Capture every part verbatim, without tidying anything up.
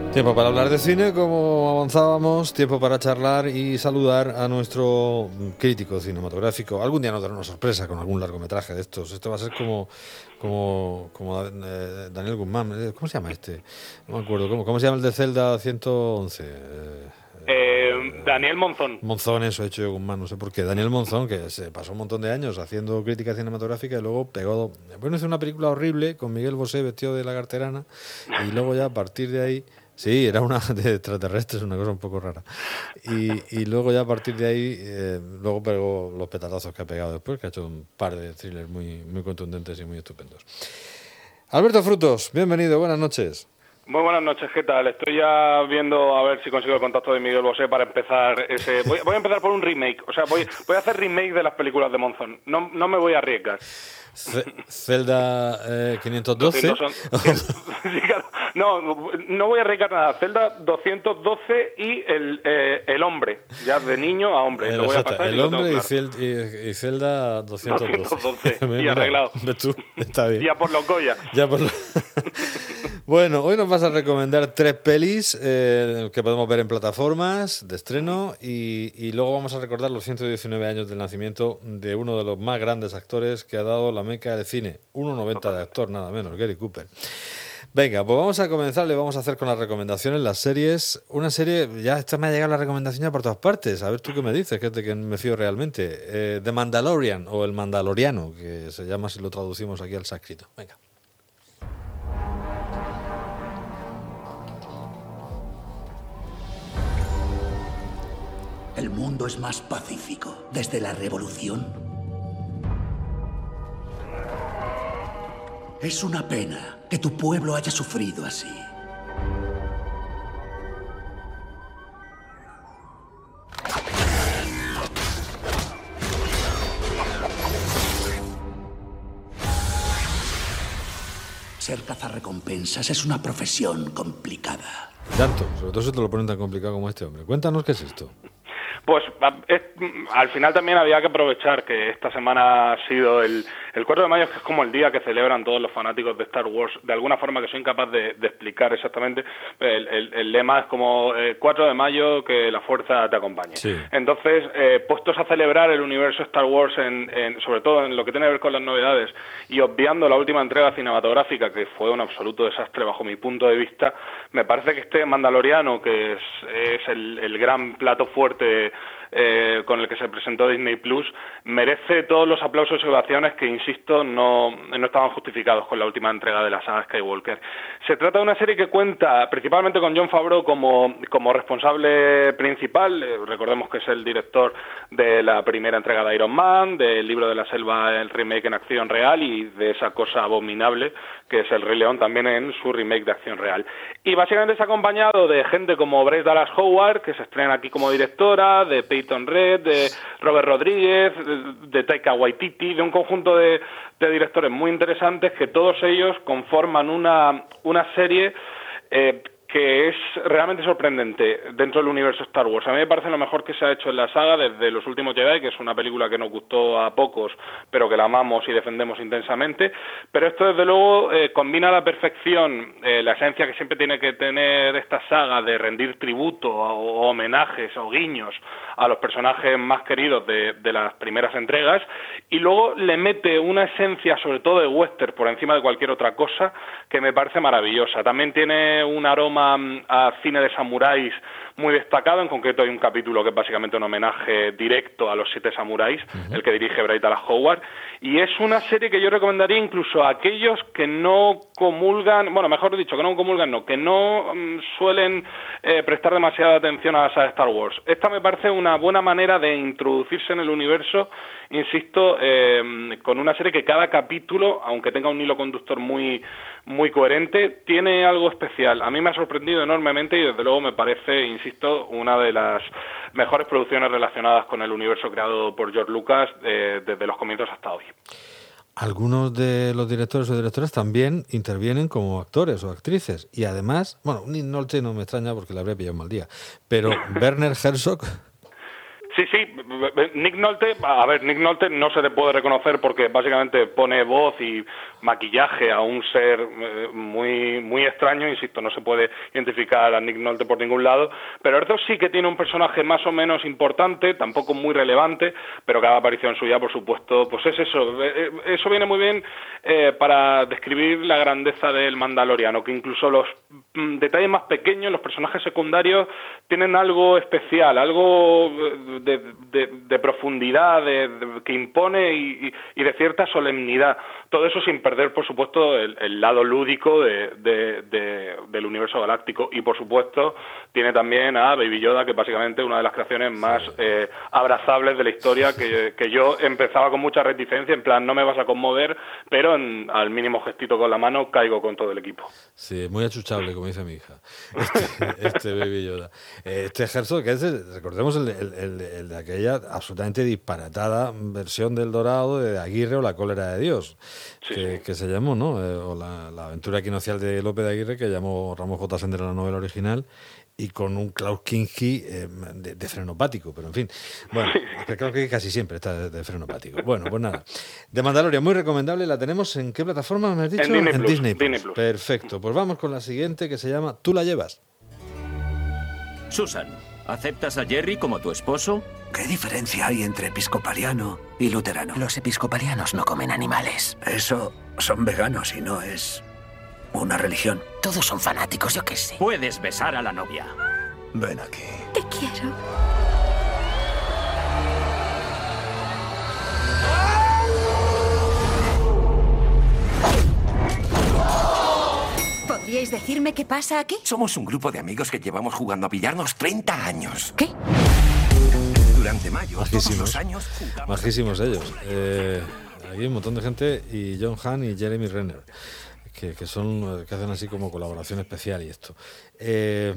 Tiempo para hablar de cine, como avanzábamos, tiempo para charlar y saludar a nuestro crítico cinematográfico. Algún día nos dará una sorpresa con algún largometraje de estos. Esto va a ser como como, como eh, Daniel Guzmán. ¿Cómo se llama este? No me acuerdo. ¿Cómo, cómo se llama el de Zelda ciento once? Eh, Eh, Daniel Monzón. Monzón, eso he hecho yo Guzmán, no sé por qué. Daniel Monzón, que se pasó un montón de años haciendo crítica cinematográfica y luego pegó... Bueno, hizo una película horrible con Miguel Bosé vestido de lagarterana y luego ya a partir de ahí... Sí, era una de extraterrestres, una cosa un poco rara. Y, y luego ya a partir de ahí, eh, luego pegó los petardazos que ha pegado después, que ha hecho un par de thrillers muy, muy contundentes y muy estupendos. Alberto Frutos, bienvenido, buenas noches. Muy buenas noches, ¿qué tal? Estoy ya viendo a ver si consigo el contacto de Miguel Bosé para empezar ese... Voy, voy a empezar por un remake, o sea, voy, voy a hacer remake de las películas de Monzón. No, no me voy a arriesgar. C- Zelda eh, quinientos doce. Son, sí, claro. No, no voy a arriesgar nada. Zelda doscientos doce y el, eh, el hombre, ya de niño a hombre. Eh, lo voy a pasar el y hombre lo y, Cel- y, y Zelda doscientos doce. doscientos doce y Mira, arreglado. ¿ves tú? Está bien. Ya por los Goya. Ya por lo... Bueno, hoy nos vas a recomendar tres pelis eh, que podemos ver en plataformas de estreno y, y luego vamos a recordar los ciento diecinueve años del nacimiento de uno de los más grandes actores que ha dado la meca del cine. uno noventa de actor, nada menos, Gary Cooper. Venga, pues vamos a comenzar, le vamos a hacer con las recomendaciones, las series. Una serie, ya esta me ha llegado la recomendación ya por todas partes. A ver tú qué me dices, que es de que me fío realmente. Eh, The Mandalorian o El Mandaloriano, que se llama si lo traducimos aquí al sánscrito. Venga. El mundo es más pacífico desde la revolución. Es una pena que tu pueblo haya sufrido así. Ser cazarrecompensas es una profesión complicada. Tanto, sobre todo si te lo ponen tan complicado como este hombre. Cuéntanos qué es esto. Pues es, al final también había que aprovechar que esta semana ha sido el, el cuatro de mayo, que es como el día que celebran todos los fanáticos de Star Wars, de alguna forma que soy incapaz de, de explicar exactamente. El, el, el lema es como eh, cuatro de mayo, que la fuerza te acompañe. Sí. Entonces, eh, puestos a celebrar el universo Star Wars, en, en, sobre todo en lo que tiene que ver con las novedades, y obviando la última entrega cinematográfica, que fue un absoluto desastre bajo mi punto de vista, me parece que este Mandaloriano, que es, es el, el gran plato fuerte Eh, con el que se presentó Disney Plus, merece todos los aplausos y ovaciones que, insisto, no, no estaban justificados con la última entrega de la saga Skywalker. Se trata de una serie que cuenta principalmente con Jon Favreau como, como responsable principal. Eh, recordemos que es el director de la primera entrega de Iron Man, del Libro de la Selva, el remake en acción real, y de esa cosa abominable que es El Rey León, también en su remake de acción real. Y básicamente está acompañado de gente como Bryce Dallas Howard, que se estrena aquí como directora, de Peyton Reed, de Robert Rodríguez, de, de Taika Waititi, de un conjunto de, de directores muy interesantes que todos ellos conforman una, una serie eh, que es realmente sorprendente dentro del universo Star Wars. A mí me parece lo mejor que se ha hecho en la saga desde Los Últimos Jedi, que es una película que nos gustó a pocos, pero que la amamos y defendemos intensamente. Pero esto, desde luego, eh, combina a la perfección eh, la esencia que siempre tiene que tener esta saga de rendir tributo o, o homenajes o guiños a los personajes más queridos de, de las primeras entregas, y luego le mete una esencia, sobre todo de western, por encima de cualquier otra cosa, que me parece maravillosa. También tiene un aroma a cine de samuráis muy destacado. En concreto hay un capítulo que es básicamente un homenaje directo a los siete samuráis, uh-huh. el que dirige Bryce Dallas Howard, y es una serie que yo recomendaría incluso a aquellos que no comulgan, bueno, mejor dicho, que no comulgan, no, que no um, suelen eh, prestar demasiada atención a la saga de Star Wars. Esta me parece una buena manera de introducirse en el universo, insisto, eh, con una serie que cada capítulo, aunque tenga un hilo conductor muy, muy coherente, tiene algo especial. A mí me ha sorprendido enormemente y desde luego me parece, insisto, una de las mejores producciones relacionadas con el universo creado por George Lucas eh, desde los comienzos hasta hoy. Algunos de los directores o directoras también intervienen como actores o actrices. Y además, bueno, Nick Nolte no me extraña porque le habría pillado un mal día, pero Werner Herzog... Sí, sí, Nick Nolte, a ver, Nick Nolte no se le puede reconocer porque básicamente pone voz y maquillaje a un ser muy muy extraño, insisto, no se puede identificar a Nick Nolte por ningún lado, pero Herzog sí que tiene un personaje más o menos importante, tampoco muy relevante, pero cada aparición suya, por supuesto, pues es eso, eso viene muy bien eh, para describir la grandeza del Mandaloriano, que incluso los mm, detalles más pequeños, los personajes secundarios, tienen algo especial, algo de, de, de profundidad, de, de, que impone y, y de cierta solemnidad. Todo eso sin perder, por supuesto, el, el lado lúdico de, de, de, del universo galáctico. Y, por supuesto, tiene también a Baby Yoda, que básicamente es una de las creaciones más eh, abrazables de la historia, que, que yo empezaba con mucha reticencia, en plan, no me vas a conmover, pero en, al mínimo gestito con la mano caigo con todo el equipo. Sí, muy achuchable, como dice mi hija, este, este Baby Yoda. Este Herzog, que es, recordemos, el, el, el, el de aquella absolutamente disparatada versión del Dorado de Aguirre o La cólera de Dios, sí, que, sí. que se llamó, ¿no? Eh, o la, la aventura equinocial de Lope de Aguirre, que llamó Ramos J. Sender en la novela original, y con un Klaus Kinski eh, de, de frenopático, pero en fin. Bueno, creo que casi siempre está de, de frenopático. Bueno, pues nada. De Mandalorian, muy recomendable. ¿La tenemos en qué plataforma, me has dicho? En Disney, en Plus, Disney Plus. Disney Plus. Perfecto. Pues vamos con la siguiente, que se llama Tú la llevas. Susan, ¿aceptas a Jerry como tu esposo? ¿Qué diferencia hay entre episcopaliano y luterano? Los episcopalianos no comen animales. Eso son veganos y no es una religión. Todos son fanáticos, yo qué sé. Puedes besar a la novia. Ven aquí. Te quiero. ¿Podríais decirme qué pasa aquí? Somos un grupo de amigos que llevamos jugando a pillarnos treinta años. ¿Qué? Durante mayo, todos Majísimos, los años jugamos... majísimos ellos. Eh, aquí hay un montón de gente, y John Hamm y Jeremy Renner, que, que son que hacen así como colaboración especial y esto. Eh,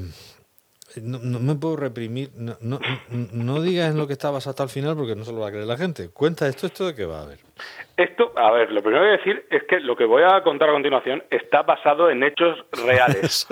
no, no me puedo reprimir, no, no, no digas en lo que estabas hasta el final porque no se lo va a creer la gente. Cuenta esto, esto de qué va a haber. Esto, a ver, lo primero que voy a decir es que lo que voy a contar a continuación está basado en hechos reales.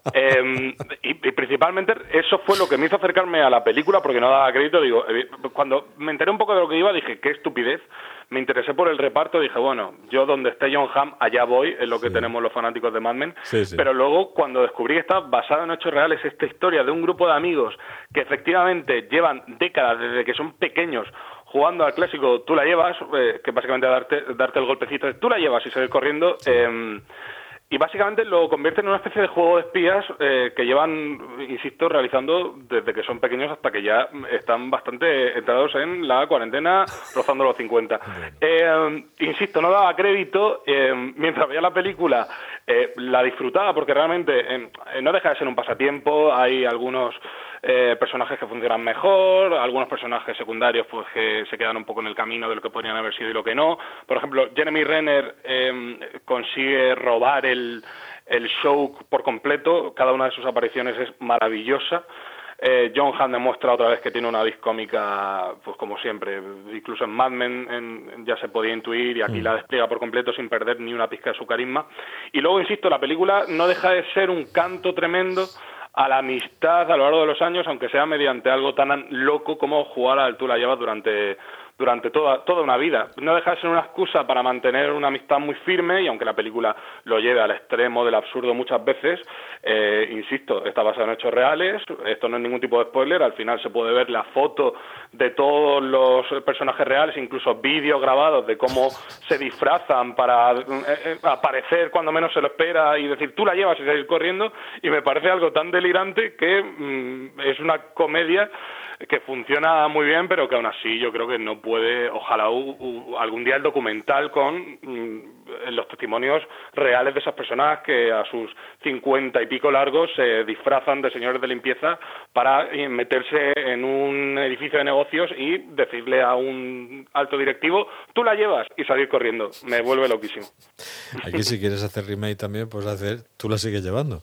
eh, y, y principalmente eso fue lo que me hizo acercarme a la película, porque no daba crédito. Digo, eh, cuando me enteré un poco de lo que iba, dije, qué estupidez. Me interesé por el reparto, dije, bueno, yo donde esté John Hamm, allá voy, es lo que sí. tenemos los fanáticos de Mad Men. Sí, sí. Pero luego, cuando descubrí que está basado en hechos reales, esta historia de un grupo de amigos que efectivamente llevan décadas, desde que son pequeños, jugando al clásico Tú la llevas, eh, que básicamente darte, darte el golpecito de Tú la llevas y salir corriendo, sí. eh, y básicamente lo convierten en una especie de juego de espías eh, que llevan, insisto, realizando desde que son pequeños hasta que ya están bastante entrados en la cuarentena, rozando los cincuenta. Eh, insisto, no daba crédito, eh, mientras veía la película eh, la disfrutaba porque realmente eh, no deja de ser un pasatiempo, hay algunos... Eh, personajes que funcionan mejor, algunos personajes secundarios pues que se quedan un poco en el camino de lo que podrían haber sido y lo que no. Por ejemplo, Jeremy Renner eh, consigue robar el, el show por completo, cada una de sus apariciones es maravillosa. Eh, John Hamm demuestra otra vez que tiene una vis cómica, pues como siempre, incluso en Mad Men en, ya se podía intuir y aquí mm. la despliega por completo sin perder ni una pizca de su carisma. Y luego, insisto, la película no deja de ser un canto tremendo a la amistad a lo largo de los años, aunque sea mediante algo tan loco como jugar al Tú la llevas durante durante toda toda una vida. No deja de ser una excusa para mantener una amistad muy firme, y aunque la película lo lleve al extremo del absurdo muchas veces, eh, insisto, está basado en hechos reales, esto no es ningún tipo de spoiler, al final se puede ver la foto de todos los personajes reales, incluso vídeos grabados de cómo se disfrazan para eh, eh, aparecer cuando menos se lo espera y decir Tú la llevas y salir corriendo, y me parece algo tan delirante que mm, es una comedia que funciona muy bien, pero que aún así yo creo que no puede, ojalá u, u, algún día el documental con mm, los testimonios reales de esas personas que a sus cincuenta y pico largos se disfrazan de señores de limpieza para meterse en un edificio de negocios y decirle a un alto directivo Tú la llevas y salir corriendo. Me vuelve loquísimo. Aquí si quieres hacer remake también puedes hacer Tú la sigues llevando.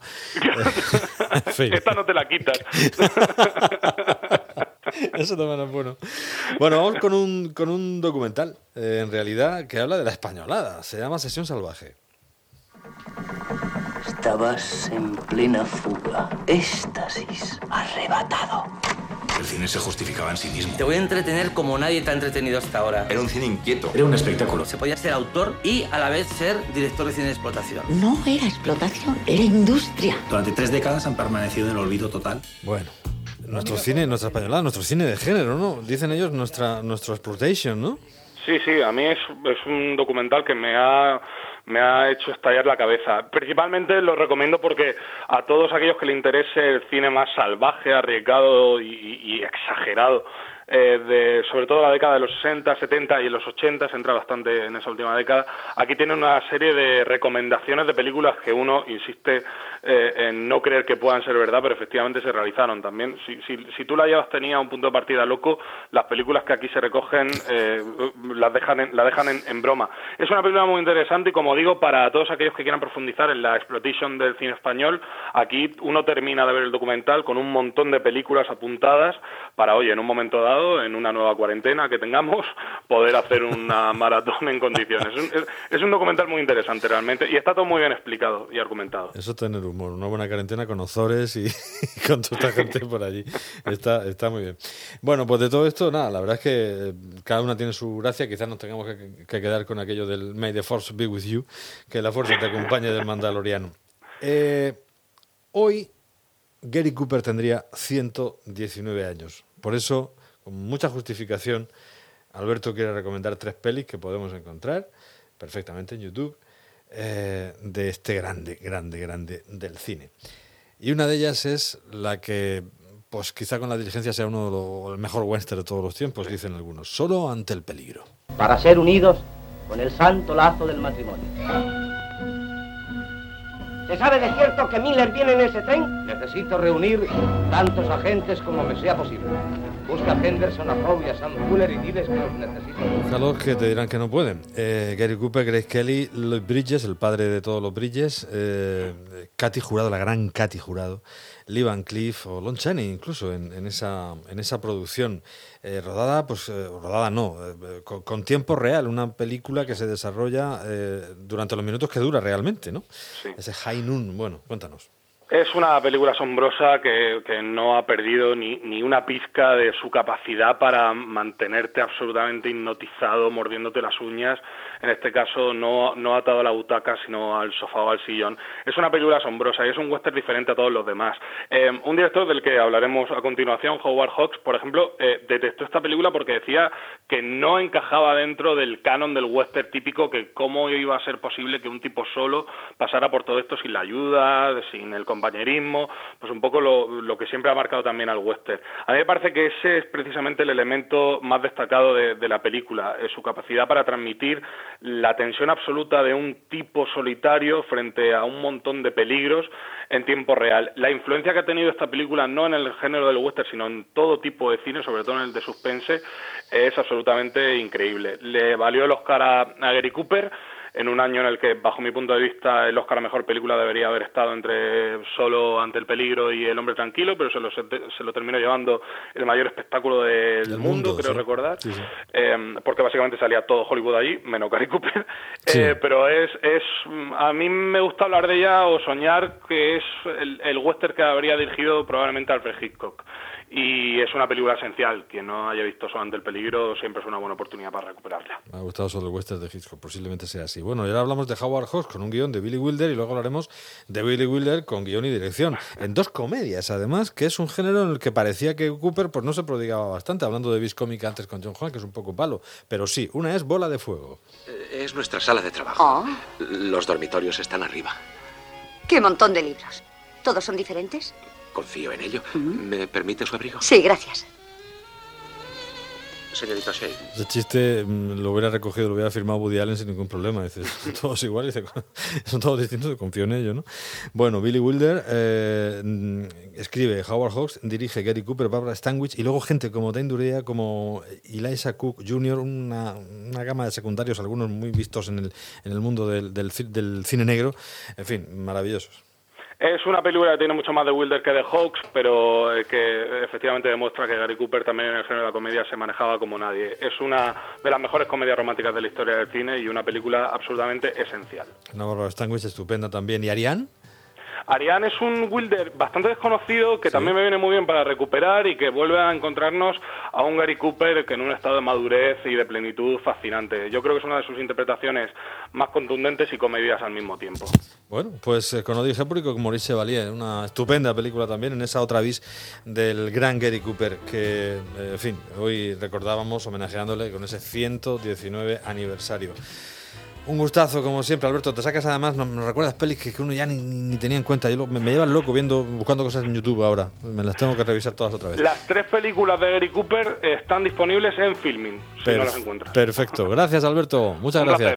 En fin. Esta no te la quitas. Eso también es bueno. Bueno, vamos con un, con un documental, eh, en realidad, que habla de la españolada. Se llama Sesión Salvaje. Estabas en plena fuga, éxtasis, arrebatado. El cine se justificaba en sí mismo. Te voy a entretener como nadie te ha entretenido hasta ahora. Era un cine inquieto. Era un espectáculo. Se podía ser autor y a la vez ser director de cine de explotación. No era explotación, era industria. Durante tres décadas han permanecido en el olvido total. Bueno, nuestro cine, nuestra españolada, nuestro cine de género, ¿no? Dicen ellos nuestra nuestro exploitation, ¿no? Sí, sí, a mí es, es un documental que me ha, me ha hecho estallar la cabeza. Principalmente lo recomiendo porque a todos aquellos que le interese el cine más salvaje, arriesgado y, y exagerado, eh, de sobre todo la década de los sesenta, setenta y en los ochenta, se entra bastante en esa última década, aquí tiene una serie de recomendaciones de películas que uno insiste eh, en no creer que puedan ser verdad, pero efectivamente se realizaron también. Si, si, si tú la llevas tenía un punto de partida loco, las películas que aquí se recogen eh, las dejan en, la dejan en, en broma. Es una película muy interesante y, como digo, para todos aquellos que quieran profundizar en la exploitation del cine español, aquí uno termina de ver el documental con un montón de películas apuntadas para, oye, en un momento dado, en una nueva cuarentena que tengamos, poder hacer una maratón en condiciones. Es un, es, es un documental muy interesante realmente y está todo muy bien explicado y argumentado. Eso tener humor, una buena cuarentena con Ozores y, y con toda esta gente por allí. Está, está muy bien. Bueno, pues de todo esto, nada, la verdad es que cada una tiene su gracia. Quizás nos tengamos que, que quedar con aquello del May the Force be with you, que la fuerza te acompañe del Mandaloriano. Eh, hoy Gary Cooper tendría ciento diecinueve años. Por eso, con mucha justificación, Alberto quiere recomendar tres pelis que podemos encontrar perfectamente en YouTube eh, de este grande, grande, grande del cine. Y una de ellas es la que, pues quizá con la diligencia sea uno de los, el mejor western de todos los tiempos, dicen algunos, Solo ante el peligro. Para ser unidos con el santo lazo del matrimonio. ¿Se sabe de cierto que Miller viene en ese tren? Necesito reunir tantos agentes como me sea posible. Busca a Henderson, a Howe y a Sam Fuller y diles que los necesito. Búscalos, que te dirán que no pueden. Eh, Gary Cooper, Grace Kelly, Lloyd Bridges, el padre de todos los Bridges, eh, Katy Jurado, la gran Katy Jurado, Lee Van Cleef o Lon Chaney incluso en, en, esa, en esa producción. Eh, rodada, pues eh, rodada no, eh, con, con tiempo real, una película que se desarrolla eh, durante los minutos que dura realmente, ¿no? Sí. Ese High Noon, bueno, cuéntanos. Es una película asombrosa que, que no ha perdido ni, ni una pizca de su capacidad para mantenerte absolutamente hipnotizado, mordiéndote las uñas, en este caso no, no atado a la butaca, sino al sofá o al sillón. Es una película asombrosa y es un western diferente a todos los demás. Eh, un director del que hablaremos a continuación, Howard Hawks, por ejemplo, eh, detestó esta película porque decía que no encajaba dentro del canon del western típico, que cómo iba a ser posible que un tipo solo pasara por todo esto sin la ayuda, sin el compañerismo, pues un poco lo, lo que siempre ha marcado también al western. A mí me parece que ese es precisamente el elemento más destacado de, de la película, es su capacidad para transmitir la tensión absoluta de un tipo solitario frente a un montón de peligros en tiempo real. La influencia que ha tenido esta película, no en el género del western, sino en todo tipo de cine, sobre todo en el de suspense, es absolutamente increíble. Le valió el Oscar a, a Gary Cooper, en un año en el que, bajo mi punto de vista, el Oscar a Mejor Película debería haber estado entre Solo ante el peligro y El hombre tranquilo, pero se lo, se lo terminó llevando el mayor espectáculo del, del mundo, mundo, creo sí. recordar, sí, sí. Eh, porque básicamente salía todo Hollywood allí, menos Gary Cooper, sí. eh, pero es, es, a mí me gusta hablar de ella o soñar que es el, el western que habría dirigido probablemente Alfred Hitchcock. Y es una película esencial. Quien no haya visto Solo ante el peligro siempre es una buena oportunidad para recuperarla. Me ha gustado solo el western de Hitchcock, posiblemente sea así. Bueno, y ahora hablamos de Howard Hawks con un guión de Billy Wilder y luego hablaremos de Billy Wilder con guión y dirección. En dos comedias, además, que es un género en el que parecía que Cooper pues no se prodigaba bastante, hablando de Vis Cómica antes con John Hall, que es un poco palo. Pero sí, una es Bola de Fuego. Es nuestra sala de trabajo. Oh. Los dormitorios están arriba. ¡Qué montón de libros! ¿Todos son diferentes? Confío en ello. Uh-huh. ¿Me permite su abrigo? Sí, gracias. Señorita Shea. Ese chiste lo hubiera recogido, lo hubiera firmado Woody Allen sin ningún problema. Dice, son todos iguales, son todos distintos, confío en ello, ¿no? Bueno, Billy Wilder eh, escribe Howard Hawks, dirige Gary Cooper, Barbara Stanwyck y luego gente como Dane Durea, como Eliza Cook junior, una, una gama de secundarios, algunos muy vistos en el, en el mundo del, del, del cine negro. En fin, maravillosos. Es una película que tiene mucho más de Wilder que de Hawks, pero que efectivamente demuestra que Gary Cooper también en el género de la comedia se manejaba como nadie. Es una de las mejores comedias románticas de la historia del cine y una película absolutamente esencial. Una Barbara Stanwyck estupenda también. ¿Y Ariane? Ariane es un Wilder bastante desconocido que Sí. también me viene muy bien para recuperar y que vuelve a encontrarnos a un Gary Cooper que en un estado de madurez y de plenitud fascinante. Yo creo que es una de sus interpretaciones más contundentes y comedias al mismo tiempo. Bueno, pues eh, con Odile Hepburn y con Maurice Chevalier, una estupenda película también en esa otra vis del gran Gary Cooper que, eh, en fin, hoy recordábamos homenajeándole con ese ciento diecinueve aniversario. Un gustazo, como siempre, Alberto. Te sacas además, nos, nos recuerdas pelis que, que uno ya ni, ni tenía en cuenta. Yo lo- me, me llevan loco viendo, buscando cosas en YouTube ahora. Me las tengo que revisar todas otra vez. Las tres películas de Gary Cooper están disponibles en Filmin, si Per- no las encuentras. Perfecto. Gracias, Alberto. Muchas Un gracias. placer.